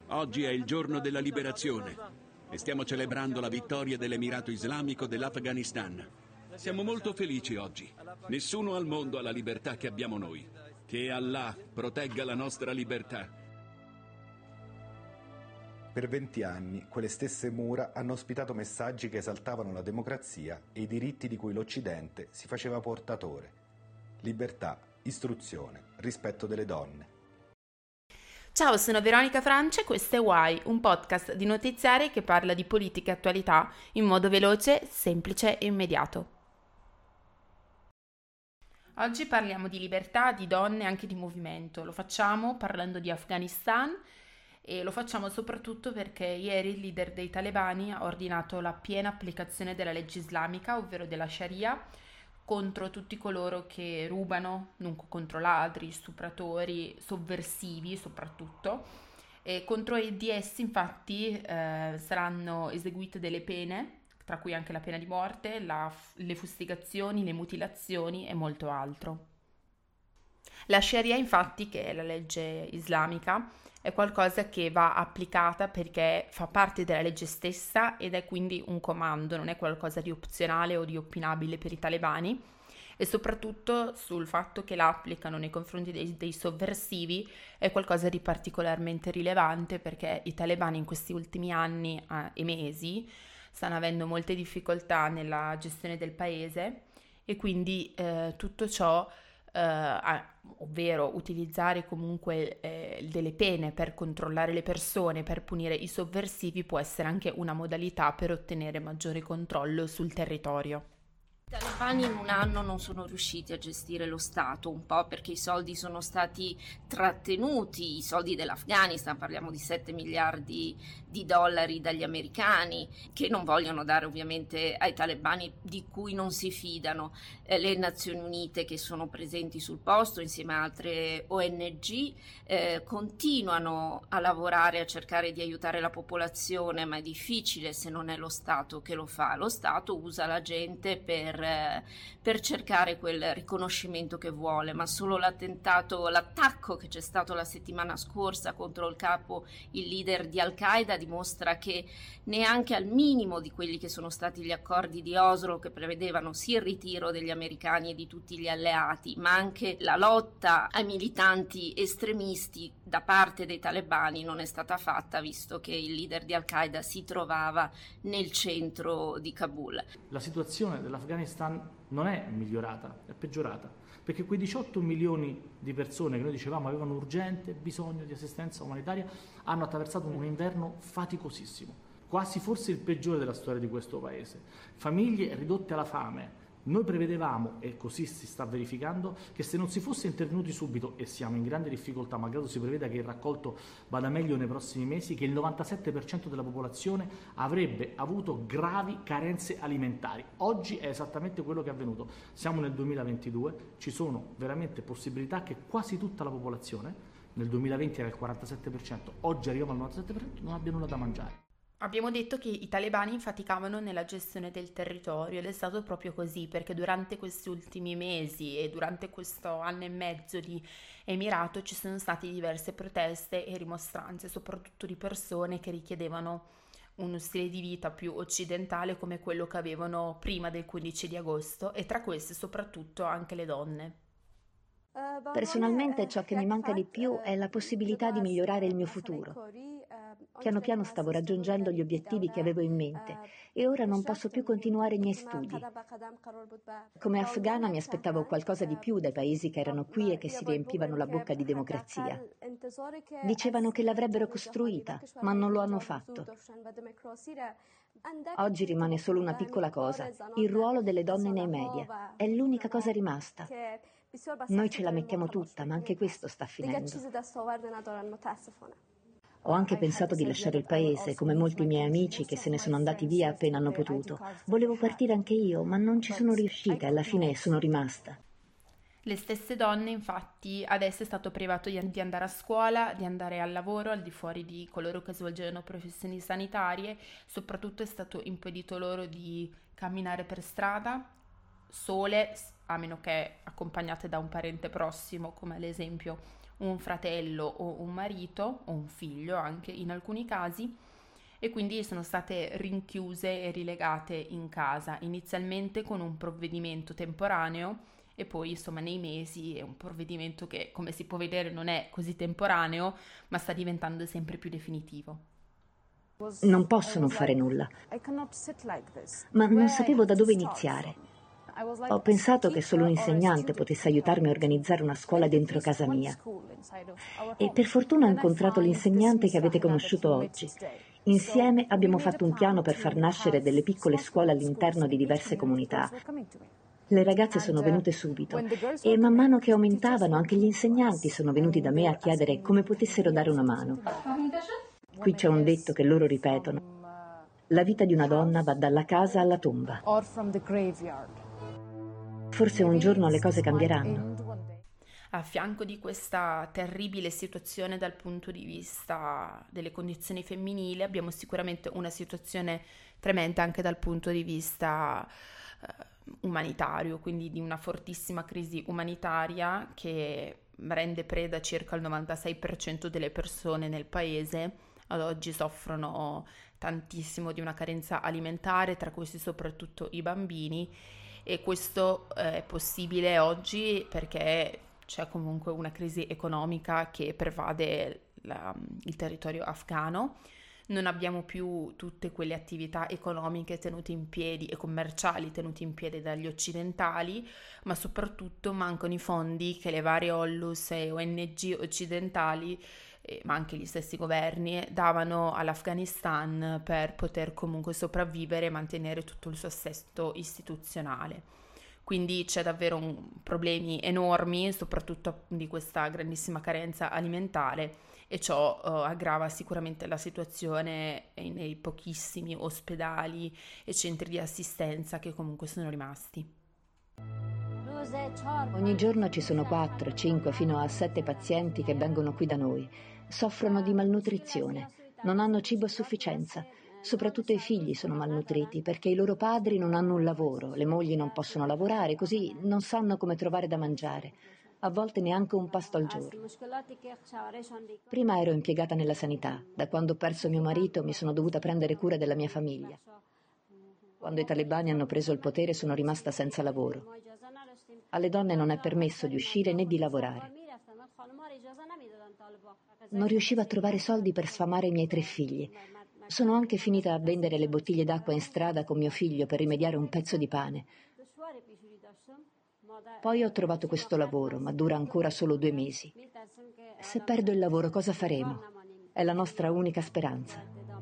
Oggi è il giorno della liberazione e stiamo celebrando la vittoria dell'Emirato Islamico dell'Afghanistan. Siamo molto felici oggi. Nessuno al mondo ha la libertà che abbiamo noi. Che Allah protegga la nostra libertà. Per 20 anni quelle stesse mura hanno ospitato messaggi che esaltavano la democrazia e i diritti di cui l'Occidente si faceva portatore. Libertà, istruzione, rispetto delle donne. Ciao, sono Veronica Francia e questo è Why, un podcast di notiziari che parla di politica e attualità in modo veloce, semplice e immediato. Oggi parliamo di libertà, di donne e anche di movimento. Lo facciamo parlando di Afghanistan e lo facciamo soprattutto perché ieri il leader dei talebani ha ordinato la piena applicazione della legge islamica, ovvero della Sharia, contro tutti coloro che rubano, dunque contro ladri, stupratori, sovversivi soprattutto. E contro di essi infatti saranno eseguite delle pene, tra cui anche la pena di morte, le fustigazioni, le mutilazioni e molto altro. La Sharia infatti, che è la legge islamica, è qualcosa che va applicata perché fa parte della legge stessa ed è quindi un comando, non è qualcosa di opzionale o di opinabile per i talebani, e soprattutto sul fatto che la applicano nei confronti dei sovversivi è qualcosa di particolarmente rilevante perché i talebani in questi ultimi anni e mesi stanno avendo molte difficoltà nella gestione del paese e quindi tutto ciò ovvero utilizzare comunque delle pene per controllare le persone, per punire i sovversivi, può essere anche una modalità per ottenere maggiore controllo sul territorio. I talebani in un anno non sono riusciti a gestire lo Stato, un po' perché i soldi sono stati trattenuti, i soldi dell'Afghanistan, parliamo di 7 miliardi di dollari dagli americani, che non vogliono dare ovviamente ai talebani, di cui non si fidano. Le Nazioni Unite che sono presenti sul posto insieme a altre ONG continuano a lavorare, a cercare di aiutare la popolazione, ma è difficile se non è lo Stato che lo fa. Lo Stato usa la gente per cercare quel riconoscimento che vuole, ma solo l'attacco che c'è stato la settimana scorsa contro il leader di Al-Qaeda dimostra che neanche al minimo di quelli che sono stati gli accordi di Oslo, che prevedevano sia il ritiro degli americani e di tutti gli alleati, ma anche la lotta ai militanti estremisti da parte dei talebani non è stata fatta, visto che il leader di Al-Qaeda si trovava nel centro di Kabul. La situazione dell'Afghanistan non è migliorata, è peggiorata, perché quei 18 milioni di persone che noi dicevamo avevano urgente bisogno di assistenza umanitaria hanno attraversato un inverno faticosissimo, quasi forse il peggiore della storia di questo paese. Famiglie ridotte alla fame. Noi prevedevamo, e così si sta verificando, che se non si fosse intervenuti subito, e siamo in grande difficoltà, malgrado si preveda che il raccolto vada meglio nei prossimi mesi, che il 97% della popolazione avrebbe avuto gravi carenze alimentari. Oggi è esattamente quello che è avvenuto. Siamo nel 2022, ci sono veramente possibilità che quasi tutta la popolazione, nel 2020 era il 47%, oggi arriviamo al 97%, non abbia nulla da mangiare. Abbiamo detto che i talebani faticavano nella gestione del territorio ed è stato proprio così perché durante questi ultimi mesi e durante questo anno e mezzo di Emirato ci sono state diverse proteste e rimostranze, soprattutto di persone che richiedevano uno stile di vita più occidentale come quello che avevano prima del 15 di agosto e tra queste soprattutto anche le donne. Personalmente ciò che mi manca di più è la possibilità di migliorare il mio futuro. Piano piano stavo raggiungendo gli obiettivi che avevo in mente e ora non posso più continuare i miei studi. Come afghana mi aspettavo qualcosa di più dai paesi che erano qui e che si riempivano la bocca di democrazia. Dicevano che l'avrebbero costruita, ma non lo hanno fatto. Oggi rimane solo una piccola cosa, il ruolo delle donne nei media. È l'unica cosa rimasta. Noi ce la mettiamo tutta, ma anche questo sta finendo. Ho anche pensato di lasciare il paese, come molti miei amici che se ne sono andati via appena hanno potuto. Volevo partire anche io, ma non ci sono riuscita e alla fine sono rimasta. Le stesse donne, infatti, adesso è stato privato di andare a scuola, di andare al lavoro, al di fuori di coloro che svolgevano professioni sanitarie, soprattutto è stato impedito loro di camminare per strada, sole, a meno che accompagnate da un parente prossimo, come ad esempio un fratello o un marito o un figlio anche in alcuni casi, e quindi sono state rinchiuse e rilegate in casa, inizialmente con un provvedimento temporaneo e poi insomma nei mesi è un provvedimento che, come si può vedere, non è così temporaneo, ma sta diventando sempre più definitivo. Non posso non fare nulla, ma non sapevo da dove iniziare. Ho pensato che solo un insegnante potesse aiutarmi a organizzare una scuola dentro casa mia. E per fortuna ho incontrato l'insegnante che avete conosciuto oggi. Insieme abbiamo fatto un piano per far nascere delle piccole scuole all'interno di diverse comunità. Le ragazze sono venute subito e man mano che aumentavano anche gli insegnanti sono venuti da me a chiedere come potessero dare una mano. Qui c'è un detto che loro ripetono: la vita di una donna va dalla casa alla tomba. Forse un giorno le cose cambieranno. A fianco di questa terribile situazione dal punto di vista delle condizioni femminili, abbiamo sicuramente una situazione tremenda anche dal punto di vista umanitario, quindi di una fortissima crisi umanitaria che rende preda circa il 96% delle persone nel paese. Ad oggi soffrono tantissimo di una carenza alimentare, tra questi soprattutto i bambini, e questo è possibile oggi perché c'è comunque una crisi economica che pervade il territorio afghano. Non abbiamo più tutte quelle attività economiche tenute in piedi e commerciali tenute in piedi dagli occidentali, ma soprattutto mancano i fondi che le varie Onlus e ONG occidentali, ma anche gli stessi governi, davano all'Afghanistan per poter comunque sopravvivere e mantenere tutto il suo assetto istituzionale. Quindi c'è davvero problemi enormi, soprattutto di questa grandissima carenza alimentare, e ciò aggrava sicuramente la situazione nei pochissimi ospedali e centri di assistenza che comunque sono rimasti. Ogni giorno ci sono 4, 5 fino a 7 pazienti che vengono qui da noi. Soffrono di malnutrizione, non hanno cibo a sufficienza. Soprattutto i figli sono malnutriti perché i loro padri non hanno un lavoro, le mogli non possono lavorare, così non sanno come trovare da mangiare. A volte neanche un pasto al giorno. Prima ero impiegata nella sanità. Da quando ho perso mio marito mi sono dovuta prendere cura della mia famiglia. Quando i talebani hanno preso il potere sono rimasta senza lavoro. Alle donne non è permesso di uscire né di lavorare. Non riuscivo a trovare soldi per sfamare i miei 3 figli. Sono anche finita a vendere le bottiglie d'acqua in strada con mio figlio per rimediare un pezzo di pane. Poi ho trovato questo lavoro, ma dura ancora solo 2 mesi. Se perdo il lavoro, cosa faremo? È la nostra unica speranza.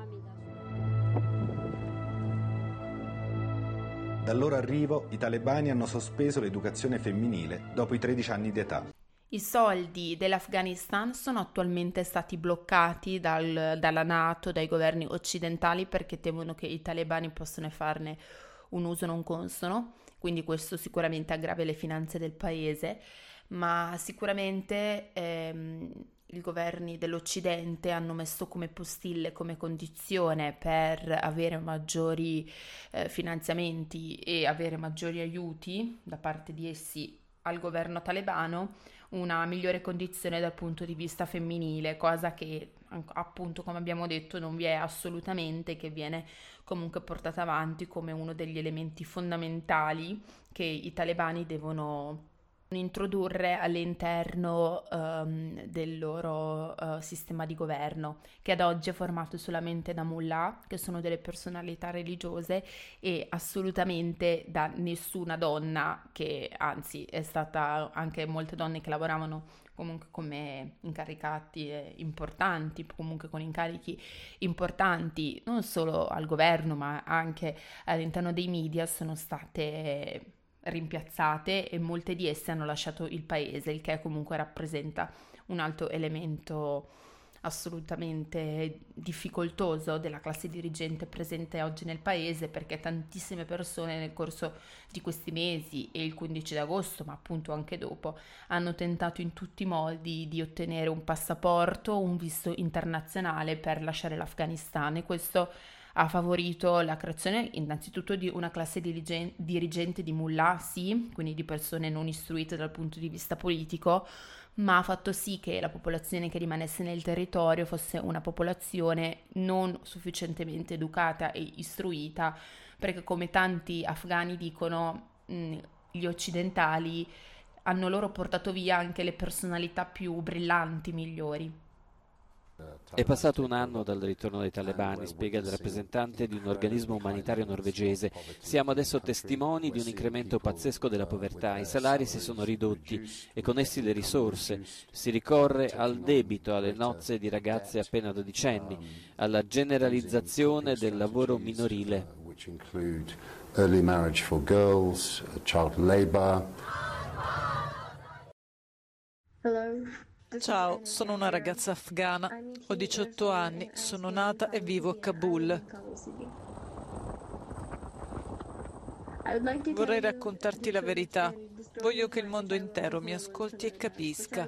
Dal loro arrivo, i talebani hanno sospeso l'educazione femminile dopo i 13 anni di età. I soldi dell'Afghanistan sono attualmente stati bloccati dalla NATO, dai governi occidentali, perché temono che i talebani possano farne un uso non consono, quindi questo sicuramente aggrava le finanze del paese, ma sicuramente i governi dell'Occidente hanno messo come postille, come condizione per avere maggiori finanziamenti e avere maggiori aiuti da parte di essi al governo talebano, una migliore condizione dal punto di vista femminile, cosa che appunto, come abbiamo detto, non vi è assolutamente, che viene comunque portata avanti come uno degli elementi fondamentali che i talebani devono introdurre all'interno del loro sistema di governo, che ad oggi è formato solamente da mullah, che sono delle personalità religiose, e assolutamente da nessuna donna, che anzi è stata anche molte donne che lavoravano comunque come incaricati importanti, comunque con incarichi importanti non solo al governo ma anche all'interno dei media, sono state rimpiazzate, e molte di esse hanno lasciato il paese, il che comunque rappresenta un altro elemento assolutamente difficoltoso della classe dirigente presente oggi nel paese, perché tantissime persone nel corso di questi mesi e il 15 d'agosto, ma appunto anche dopo, hanno tentato in tutti i modi di ottenere un passaporto, un visto internazionale per lasciare l'Afghanistan, e questo ha favorito la creazione innanzitutto di una classe dirigente di mullah, sì, quindi di persone non istruite dal punto di vista politico, ma ha fatto sì che la popolazione che rimanesse nel territorio fosse una popolazione non sufficientemente educata e istruita, perché come tanti afghani dicono, gli occidentali hanno loro portato via anche le personalità più brillanti, migliori. È passato un anno dal ritorno dei talebani, spiega il rappresentante di un organismo umanitario norvegese. Siamo adesso testimoni di un incremento pazzesco della povertà. I salari si sono ridotti e con essi le risorse. Si ricorre al debito, alle nozze di ragazze appena dodicenni, alla generalizzazione del lavoro minorile. Early marriage for girls, child labor. Ciao, sono una ragazza afghana, ho 18 anni, sono nata e vivo a Kabul. Vorrei raccontarti la verità. Voglio che il mondo intero mi ascolti e capisca.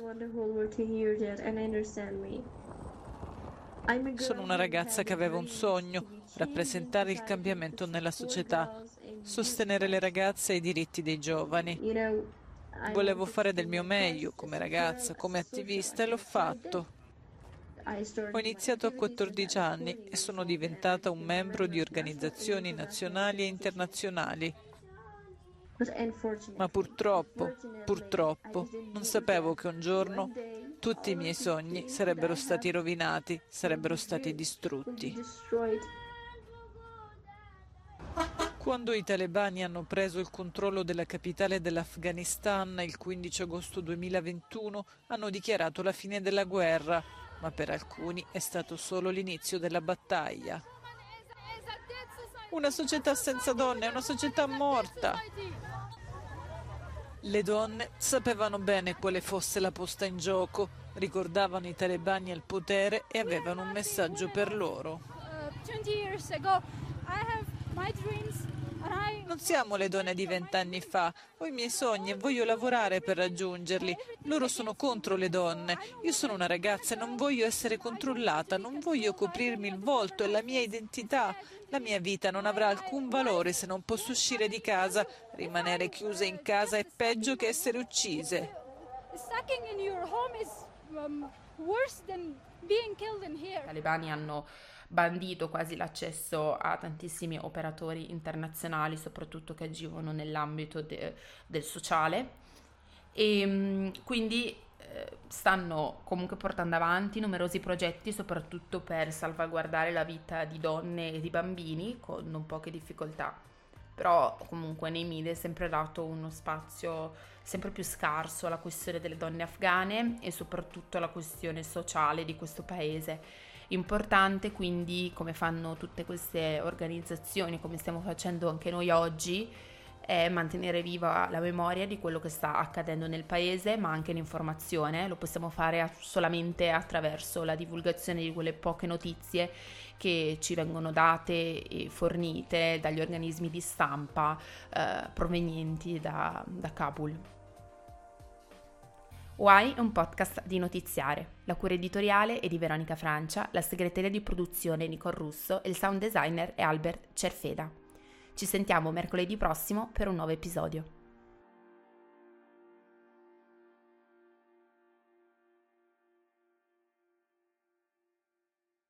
Sono una ragazza che aveva un sogno, rappresentare il cambiamento nella società, sostenere le ragazze e i diritti dei giovani. Volevo fare del mio meglio come ragazza, come attivista e l'ho fatto. Ho iniziato a 14 anni e sono diventata un membro di organizzazioni nazionali e internazionali. Ma purtroppo, non sapevo che un giorno tutti i miei sogni sarebbero stati rovinati, sarebbero stati distrutti. Quando i talebani hanno preso il controllo della capitale dell'Afghanistan il 15 agosto 2021, hanno dichiarato la fine della guerra, ma per alcuni è stato solo l'inizio della battaglia. Una società senza donne è una società morta. Le donne sapevano bene quale fosse la posta in gioco, ricordavano i talebani al potere e avevano un messaggio per loro. 20 years ago, I have my dreams. Non siamo le donne di 20 anni fa, ho i miei sogni e voglio lavorare per raggiungerli. Loro sono contro le donne. Io sono una ragazza e non voglio essere controllata, non voglio coprirmi il volto e la mia identità. La mia vita non avrà alcun valore se non posso uscire di casa. Rimanere chiuse in casa è peggio che essere uccise. I talebani hanno bandito quasi l'accesso a tantissimi operatori internazionali, soprattutto che agivano nell'ambito del sociale, e quindi stanno comunque portando avanti numerosi progetti, soprattutto per salvaguardare la vita di donne e di bambini con non poche difficoltà. Però comunque nei media è sempre dato uno spazio sempre più scarso alla questione delle donne afghane e soprattutto alla questione sociale di questo paese. Importante quindi, come fanno tutte queste organizzazioni, come stiamo facendo anche noi oggi, è mantenere viva la memoria di quello che sta accadendo nel paese, ma anche l'informazione. Lo possiamo fare solamente attraverso la divulgazione di quelle poche notizie che ci vengono date e fornite dagli organismi di stampa provenienti da Kabul. Why è un podcast di Notiziare. La cura editoriale è di Veronica Francia, la segreteria di produzione è Nicole Russo e il sound designer è Albert Cerfeda. Ci sentiamo mercoledì prossimo per un nuovo episodio.